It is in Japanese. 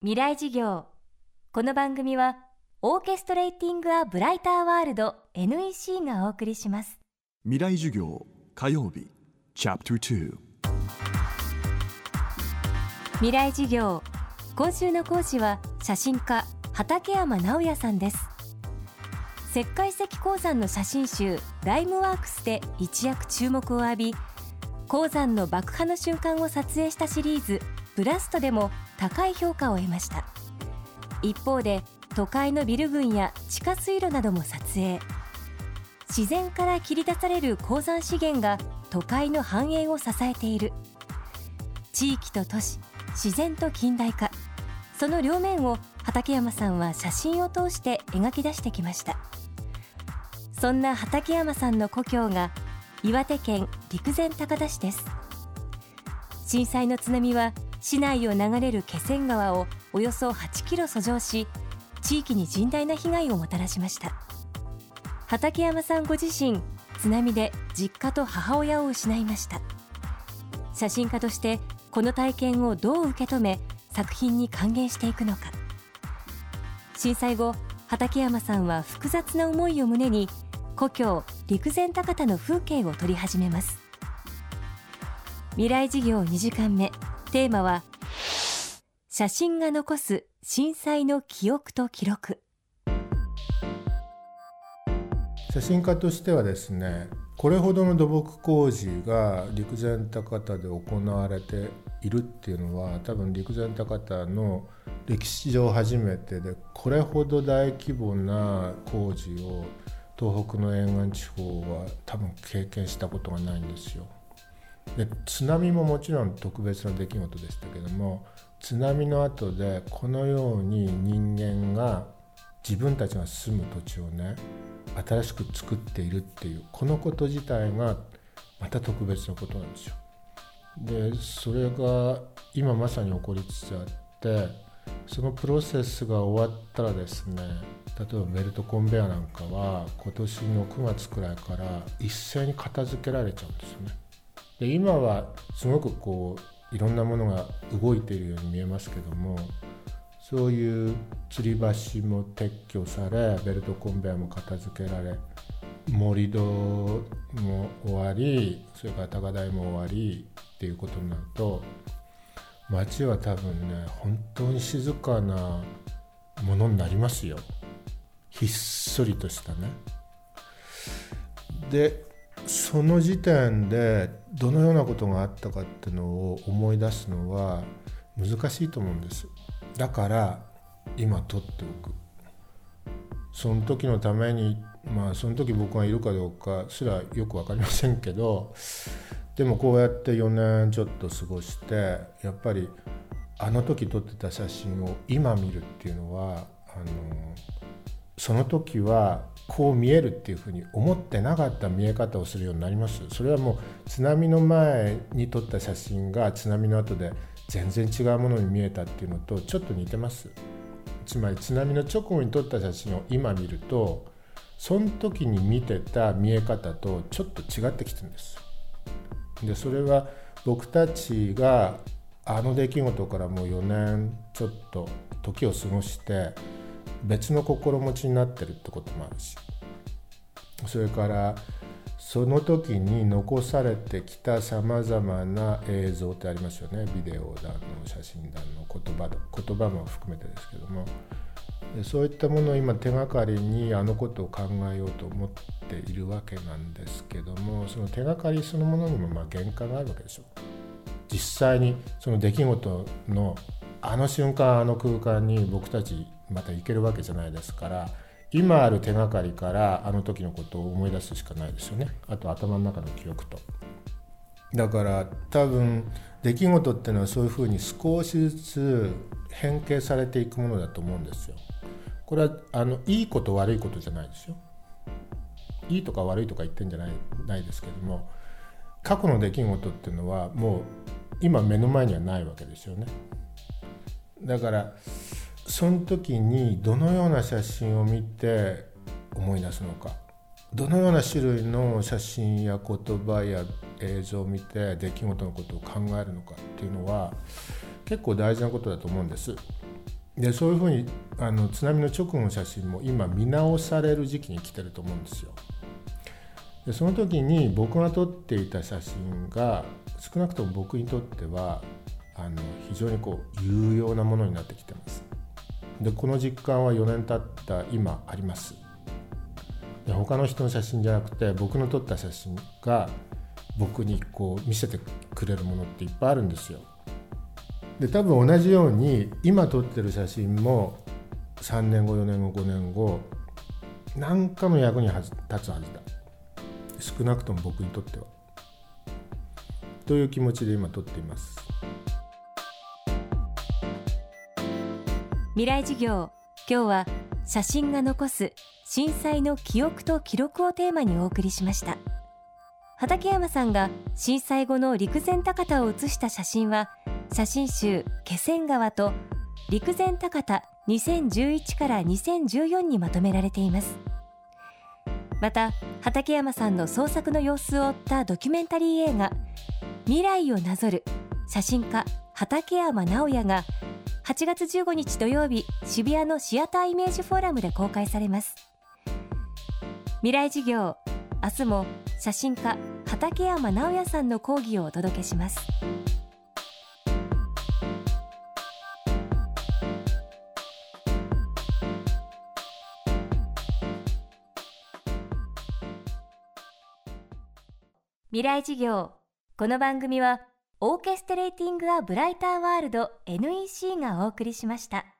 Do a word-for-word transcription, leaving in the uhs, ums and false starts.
未来事業。この番組はオーケストレーティング・ア・ブライター・ワールド エヌイーシー がお送りします。 未来事業火曜日チャプターに。 未来事業、今週の講師は写真家畠山直也さんです。石灰石鉱山の写真集ライムワークスで一躍注目を浴び、鉱山の爆破の瞬間を撮影したシリーズブラストでも高い評価を得ました。一方で都会のビル群や地下水路なども撮影。自然から切り出される鉱山資源が都会の繁栄を支えている。地域と都市、自然と近代化、その両面を畠山さんは写真を通して描き出してきました。そんな畠山さんの故郷が岩手県陸前高田市です。震災の津波は市内を流れる気仙川をおよそはちキロ遡上し、地域に甚大な被害をもたらしました。畠山さんご自身、津波で実家と母親を失いました。写真家としてこの体験をどう受け止め、作品に還元していくのか。震災後、畠山さんは複雑な思いを胸に故郷陸前高田の風景を撮り始めます。未来事業にじかんめ、テーマは写真が残す震災の記憶と記録。 写真家としてはですね、これほどの土木工事が陸前高田で行われているっていうのは、多分陸前高田の歴史上初めてで、これほど大規模な工事を東北の沿岸地方は多分経験したことがないんですよ。で、津波ももちろん特別な出来事でしたけども、津波の後でこのように人間が自分たちが住む土地をね、新しく作っているっていう、このこと自体がまた特別なことなんですよ。で、それが今まさに起こりつつあって、そのプロセスが終わったらですね、例えばベルトコンベヤなんかは今年のくがつくらいから一斉に片付けられちゃうんですよね。で、今はすごくこういろんなものが動いているように見えますけども、そういう吊り橋も撤去され、ベルトコンベヤも片付けられ、盛り土も終わり、それから高台も終わりっていうことになると、街は多分ね、本当に静かなものになりますよ。ひっそりとしたね。で、その時点でどのようなことがあったかっていうのを思い出すのは難しいと思うんです。だから今撮っておく。その時のために、まあその時僕がいるかどうかすらよく分かりませんけど、でもこうやってよねんちょっと過ごして、やっぱりあの時撮ってた写真を今見るっていうのは、あのその時はこう見えるっていうふうに思ってなかった見え方をするようになります。それはもう津波の前に撮った写真が津波の後で全然違うものに見えたっていうのとちょっと似てます。つまり津波の直後に撮った写真を今見ると、その時に見てた見え方とちょっと違ってきてるんです。で、それは僕たちがあの出来事からもうよねんちょっと時を過ごして別の心持ちになってるってこともあるし、それからその時に残されてきたさまざまな映像ってありますよね。ビデオだの写真だの言葉だ言葉も含めてですけども、でそういったものを今手がかりにあのことを考えようと思っているわけなんですけども、その手がかりそのものにもまあ限界があるわけでしょ。実際にその出来事のあの瞬間あの空間に僕たちまた行けるわけじゃないですから、今ある手がかりからあの時のことを思い出すしかないですよね。あと頭の中の記憶と。だから多分出来事っていうのはそういうふうに少しずつ変形されていくものだと思うんですよ。これはあのいいこと悪いことじゃないですよ。いいとか悪いとか言ってんじゃない、ないですけども、過去の出来事っていうのはもう今目の前にはないわけですよね。だからその時にどのような写真を見て思い出すのか、どのような種類の写真や言葉や映像を見て出来事のことを考えるのかっていうのは結構大事なことだと思うんです。 でそういうふうにあの津波の直後の写真も今見直される時期に来てると思うんですよ。でその時に僕が撮っていた写真が少なくとも僕にとってはあの非常にこう有用なものになってきてます。でこの実感はよねん経った今あります。で他の人の写真じゃなくて僕の撮った写真が僕にこう見せてくれるものっていっぱいあるんですよ。で多分同じように今撮ってる写真もさんねんごよねんごごねんご何かの役に立つはずだ、少なくとも僕にとってはという気持ちで今撮っています。 未来授業、今日は写真が残す震災の記憶と記録をテーマにお送りしました。畠山さんが震災後の陸前高田を写した写真は写真集気仙川と陸前高田にせんじゅういちからにせんじゅうよんにまとめられています。また畠山さんの創作の様子を追ったドキュメンタリー映画未来をなぞる写真家畠山直也がはちがつじゅうごにち土曜日、渋谷のシアターイメージフォーラムで公開されます。未来授業、明日も写真家畠山直也さんの講義をお届けします。未来授業、この番組はオーケストレーティング・ア・ブライター・ワールド エヌイーシー がお送りしました。